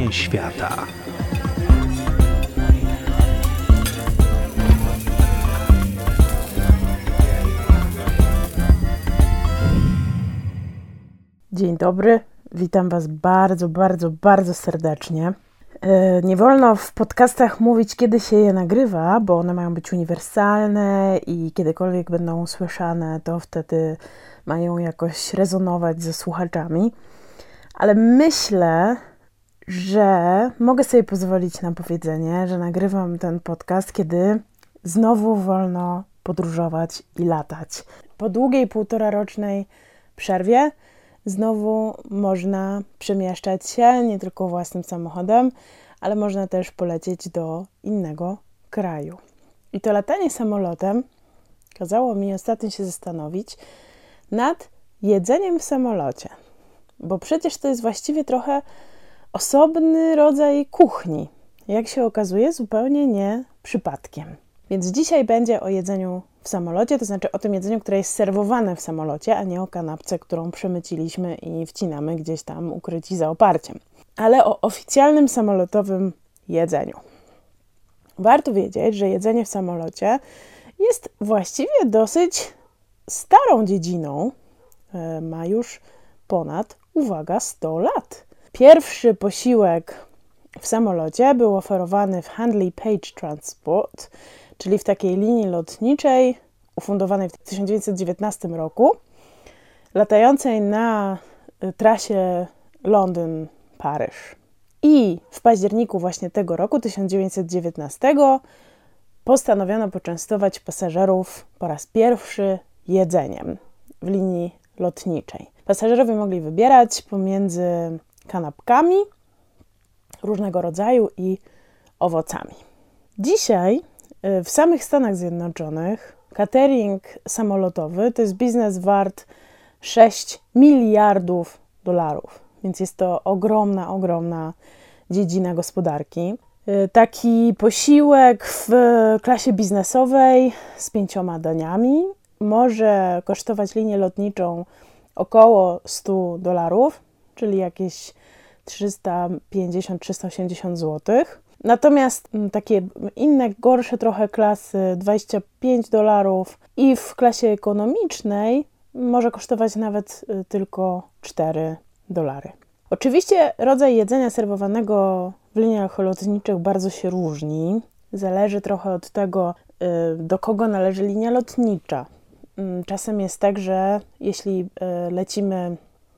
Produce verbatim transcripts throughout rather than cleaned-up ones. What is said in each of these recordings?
Kuchnie świata. Dzień dobry, witam Was bardzo, bardzo, bardzo serdecznie. Nie wolno w podcastach mówić, kiedy się je nagrywa, bo one mają być uniwersalne i kiedykolwiek będą usłyszane, to wtedy mają jakoś rezonować ze słuchaczami. Ale myślę, że mogę sobie pozwolić na powiedzenie, że nagrywam ten podcast, kiedy znowu wolno podróżować i latać. Po długiej półtorarocznej przerwie znowu można przemieszczać się nie tylko własnym samochodem, ale można też polecieć do innego kraju. I to latanie samolotem kazało mi ostatnio się zastanowić nad jedzeniem w samolocie. Bo przecież to jest właściwie trochę osobny rodzaj kuchni. Jak się okazuje, zupełnie nie przypadkiem. Więc dzisiaj będzie o jedzeniu w samolocie, to znaczy o tym jedzeniu, które jest serwowane w samolocie, a nie o kanapce, którą przemyciliśmy i wcinamy gdzieś tam ukryci za oparciem. Ale o oficjalnym samolotowym jedzeniu. Warto wiedzieć, że jedzenie w samolocie jest właściwie dosyć starą dziedziną. Ma już ponad, uwaga, sto lat. Pierwszy posiłek w samolocie był oferowany w Handley Page Transport, czyli w takiej linii lotniczej ufundowanej w tysiąc dziewięćset dziewiętnastym roku, latającej na trasie Londyn-Paryż. I w październiku właśnie tego roku, tysiąc dziewięćset dziewiętnastego, postanowiono poczęstować pasażerów po raz pierwszy jedzeniem w linii lotniczej. Pasażerowie mogli wybierać pomiędzy kanapkami różnego rodzaju i owocami. Dzisiaj w samych Stanach Zjednoczonych catering samolotowy to jest biznes wart sześć miliardów dolarów, więc jest to ogromna, ogromna dziedzina gospodarki. Taki posiłek w klasie biznesowej z pięcioma daniami może kosztować linię lotniczą około sto dolarów, czyli jakieś trzysta pięćdziesiąt do trzystu osiemdziesięciu złotych. Natomiast takie inne, gorsze trochę klasy dwadzieścia pięć dolarów i w klasie ekonomicznej może kosztować nawet tylko cztery dolary. Oczywiście rodzaj jedzenia serwowanego w liniach lotniczych bardzo się różni. Zależy trochę od tego, do kogo należy linia lotnicza. Czasem jest tak, że jeśli lecimy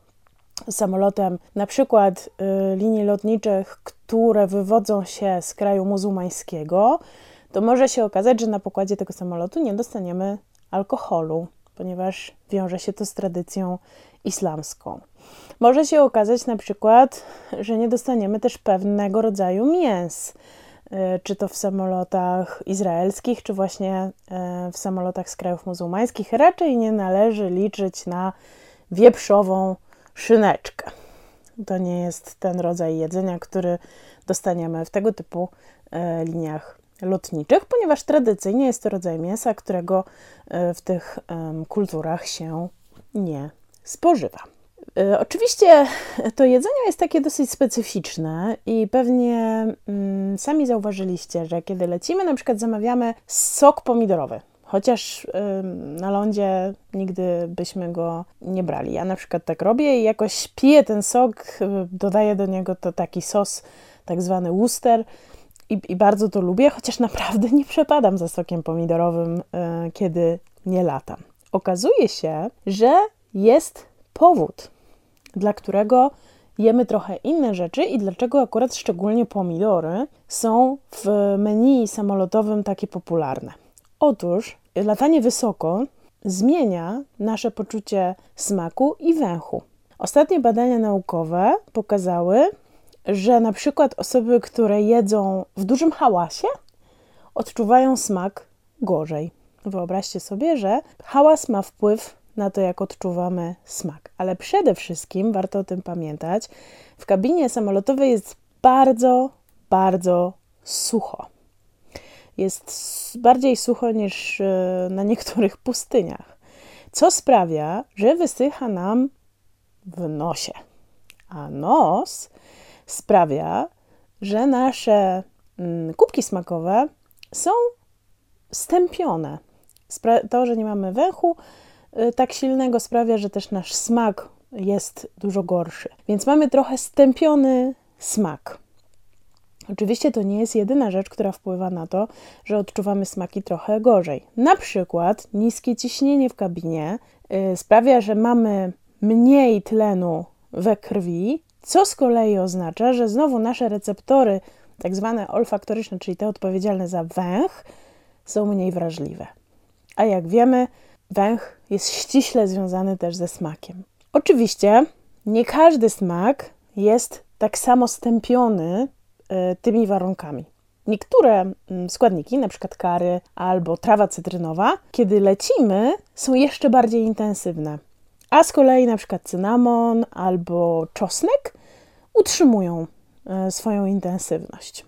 samolotem na przykład y, linii lotniczych, które wywodzą się z kraju muzułmańskiego, to może się okazać, że na pokładzie tego samolotu nie dostaniemy alkoholu, ponieważ wiąże się to z tradycją islamską. Może się okazać na przykład, że nie dostaniemy też pewnego rodzaju mięs, y, czy to w samolotach izraelskich, czy właśnie y, w samolotach z krajów muzułmańskich. Raczej nie należy liczyć na wieprzową szyneczkę. To nie jest ten rodzaj jedzenia, który dostaniemy w tego typu e, liniach lotniczych, ponieważ tradycyjnie jest to rodzaj mięsa, którego e, w tych e, kulturach się nie spożywa. E, oczywiście to jedzenie jest takie dosyć specyficzne i pewnie mm, sami zauważyliście, że kiedy lecimy, na przykład zamawiamy sok pomidorowy. Chociaż y, na lądzie nigdy byśmy go nie brali. Ja na przykład tak robię i jakoś piję ten sok, y, dodaję do niego to taki sos, tak zwany Worcester i, i bardzo to lubię, chociaż naprawdę nie przepadam za sokiem pomidorowym, y, kiedy nie latam. Okazuje się, że jest powód, dla którego jemy trochę inne rzeczy i dlaczego akurat szczególnie pomidory są w menu samolotowym takie popularne. Otóż latanie wysoko zmienia nasze poczucie smaku i węchu. Ostatnie badania naukowe pokazały, że na przykład osoby, które jedzą w dużym hałasie, odczuwają smak gorzej. Wyobraźcie sobie, że hałas ma wpływ na to, jak odczuwamy smak. Ale przede wszystkim, warto o tym pamiętać, w kabinie samolotowej jest bardzo, bardzo sucho. Jest bardziej sucho niż na niektórych pustyniach, co sprawia, że wysycha nam w nosie. A nos sprawia, że nasze mm, kubki smakowe są stępione. Spra- to, że nie mamy węchu y, tak silnego, sprawia, że też nasz smak jest dużo gorszy. Więc mamy trochę stępiony smak. Oczywiście to nie jest jedyna rzecz, która wpływa na to, że odczuwamy smaki trochę gorzej. Na przykład niskie ciśnienie w kabinie y, sprawia, że mamy mniej tlenu we krwi, co z kolei oznacza, że znowu nasze receptory, tak zwane olfaktoryczne, czyli te odpowiedzialne za węch, są mniej wrażliwe. A jak wiemy, węch jest ściśle związany też ze smakiem. Oczywiście nie każdy smak jest tak samo stępiony y, tymi warunkami. Niektóre y, składniki, na przykład kary albo trawa cytrynowa, kiedy lecimy, są jeszcze bardziej intensywne. A z kolei na przykład cynamon albo czosnek utrzymują y, swoją intensywność.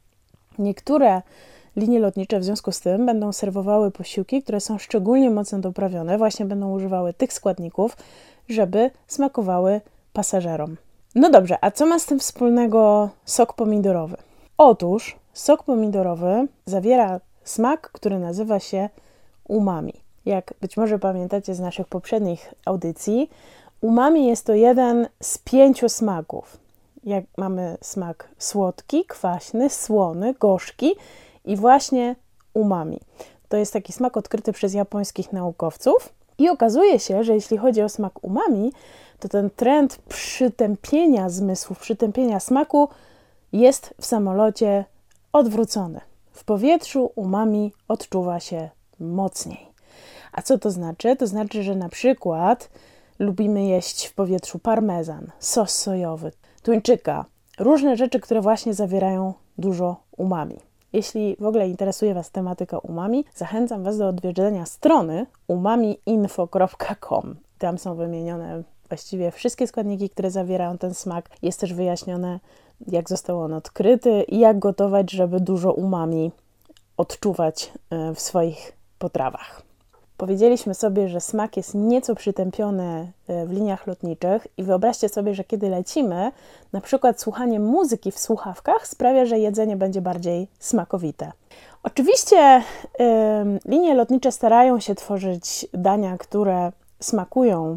Niektóre linie lotnicze w związku z tym będą serwowały posiłki, które są szczególnie mocno doprawione, właśnie będą używały tych składników, żeby smakowały pasażerom. No dobrze, a co ma z tym wspólnego sok pomidorowy? Otóż sok pomidorowy zawiera smak, który nazywa się umami. Jak być może pamiętacie z naszych poprzednich audycji, umami jest to jeden z pięciu smaków. Jak mamy smak słodki, kwaśny, słony, gorzki i właśnie umami. To jest taki smak odkryty przez japońskich naukowców i okazuje się, że jeśli chodzi o smak umami, to ten trend przytępienia zmysłów, przytępienia smaku jest w samolocie odwrócony. W powietrzu umami odczuwa się mocniej. A co to znaczy? To znaczy, że na przykład lubimy jeść w powietrzu parmezan, sos sojowy, tuńczyka, różne rzeczy, które właśnie zawierają dużo umami. Jeśli w ogóle interesuje Was tematyka umami, zachęcam Was do odwiedzenia strony umami info kropka com. Tam są wymienione właściwie wszystkie składniki, które zawierają ten smak. Jest też wyjaśnione, jak został on odkryty i jak gotować, żeby dużo umami odczuwać w swoich potrawach. Powiedzieliśmy sobie, że smak jest nieco przytępiony w liniach lotniczych i wyobraźcie sobie, że kiedy lecimy, na przykład słuchanie muzyki w słuchawkach sprawia, że jedzenie będzie bardziej smakowite. Oczywiście y, linie lotnicze starają się tworzyć dania, które smakują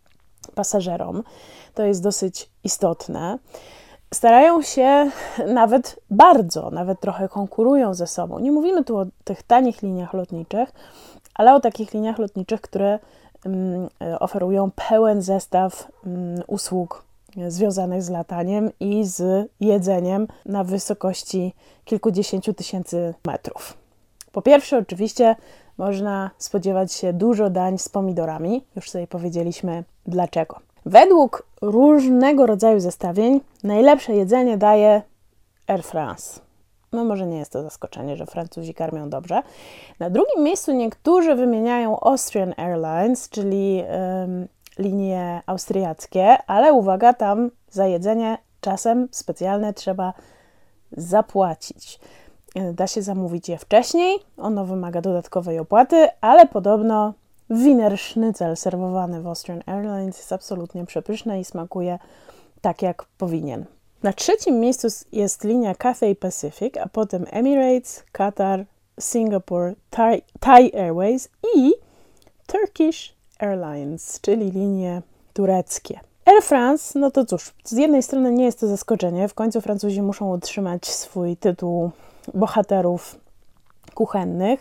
pasażerom. To jest dosyć istotne. Starają się nawet bardzo, nawet trochę konkurują ze sobą. Nie mówimy tu o tych tanich liniach lotniczych, ale o takich liniach lotniczych, które um, oferują pełen zestaw um, usług związanych z lataniem i z jedzeniem na wysokości kilkudziesięciu tysięcy metrów. Po pierwsze, oczywiście można spodziewać się dużo dań z pomidorami. Już sobie powiedzieliśmy dlaczego. Według różnego rodzaju zestawień najlepsze jedzenie daje Air France. No może nie jest to zaskoczenie, że Francuzi karmią dobrze. Na drugim miejscu niektórzy wymieniają Austrian Airlines, czyli ym, linie austriackie, ale uwaga, tam za jedzenie czasem specjalne trzeba zapłacić. Da się zamówić je wcześniej, ono wymaga dodatkowej opłaty, ale podobno Wiener Schnitzel serwowany w Austrian Airlines jest absolutnie przepyszny i smakuje tak, jak powinien. Na trzecim miejscu jest linia Cathay Pacific, a potem Emirates, Qatar, Singapore, Thai, Thai Airways i Turkish Airlines, czyli linie tureckie. Air France, no to cóż, z jednej strony nie jest to zaskoczenie, w końcu Francuzi muszą utrzymać swój tytuł bohaterów kuchennych.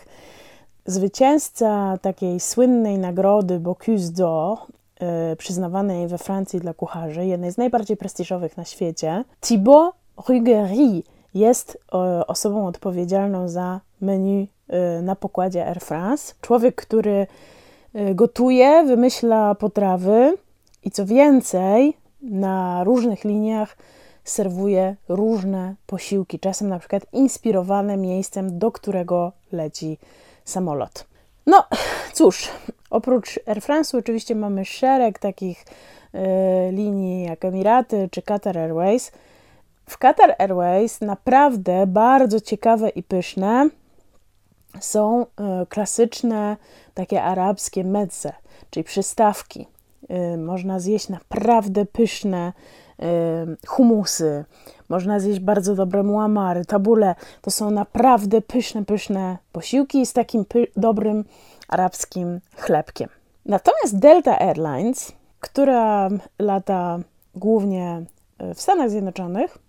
Zwycięzca takiej słynnej nagrody Bocuse d'Or, yy, przyznawanej we Francji dla kucharzy, jednej z najbardziej prestiżowych na świecie, Thibaut Ruggeri jest yy, osobą odpowiedzialną za menu yy, na pokładzie Air France. Człowiek, który yy, gotuje, wymyśla potrawy i co więcej, na różnych liniach serwuje różne posiłki, czasem na przykład inspirowane miejscem, do którego leci samolot. No cóż, oprócz Air France oczywiście mamy szereg takich y, linii jak Emiraty czy Qatar Airways. W Qatar Airways naprawdę bardzo ciekawe i pyszne są y, klasyczne takie arabskie mezze, czyli przystawki. Y, można zjeść naprawdę pyszne humusy, można zjeść bardzo dobre muamary, tabule. To są naprawdę pyszne, pyszne posiłki z takim py- dobrym arabskim chlebkiem. Natomiast Delta Airlines, która lata głównie w Stanach Zjednoczonych,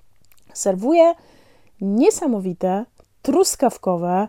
serwuje niesamowite, truskawkowe,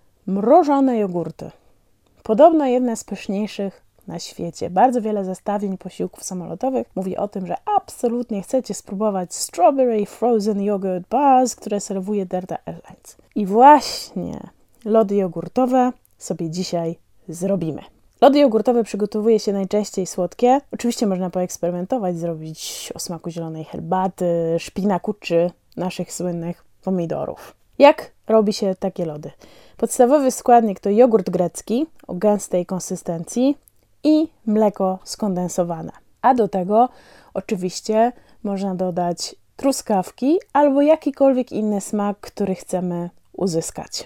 mrożone jogurty. Podobno jedne z pyszniejszych na świecie. Bardzo wiele zestawień posiłków samolotowych mówi o tym, że absolutnie chcecie spróbować Strawberry Frozen Yogurt Bars, które serwuje Delta Airlines. I właśnie lody jogurtowe sobie dzisiaj zrobimy. Lody jogurtowe przygotowuje się najczęściej słodkie. Oczywiście można poeksperymentować, zrobić o smaku zielonej herbaty, szpinaku czy naszych słynnych pomidorów. Jak robi się takie lody? Podstawowy składnik to jogurt grecki o gęstej konsystencji i mleko skondensowane. A do tego oczywiście można dodać truskawki albo jakikolwiek inny smak, który chcemy uzyskać.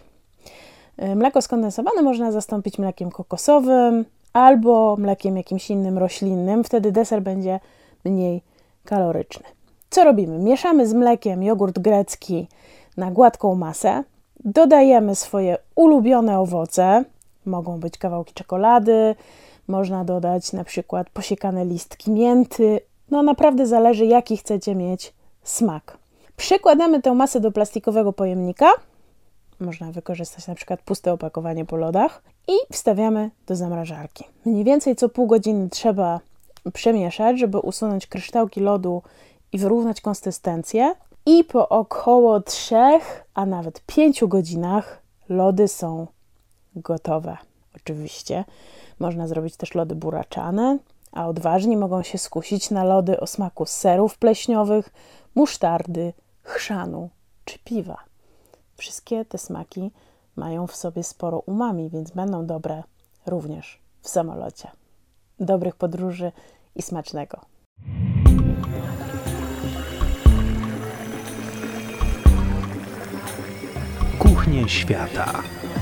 Mleko skondensowane można zastąpić mlekiem kokosowym albo mlekiem jakimś innym roślinnym. Wtedy deser będzie mniej kaloryczny. Co robimy? Mieszamy z mlekiem jogurt grecki na gładką masę. Dodajemy swoje ulubione owoce. Mogą być kawałki czekolady, można dodać na przykład posiekane listki mięty. No naprawdę zależy, jaki chcecie mieć smak. Przykładamy tę masę do plastikowego pojemnika. Można wykorzystać na przykład puste opakowanie po lodach i wstawiamy do zamrażarki. Mniej więcej co pół godziny trzeba przemieszać, żeby usunąć kryształki lodu i wyrównać konsystencję. I po około trzech, a nawet pięciu godzinach lody są gotowe. Oczywiście można zrobić też lody buraczane, a odważni mogą się skusić na lody o smaku serów pleśniowych, musztardy, chrzanu czy piwa. Wszystkie te smaki mają w sobie sporo umami, więc będą dobre również w samolocie. Dobrych podróży i smacznego! Kuchnie świata.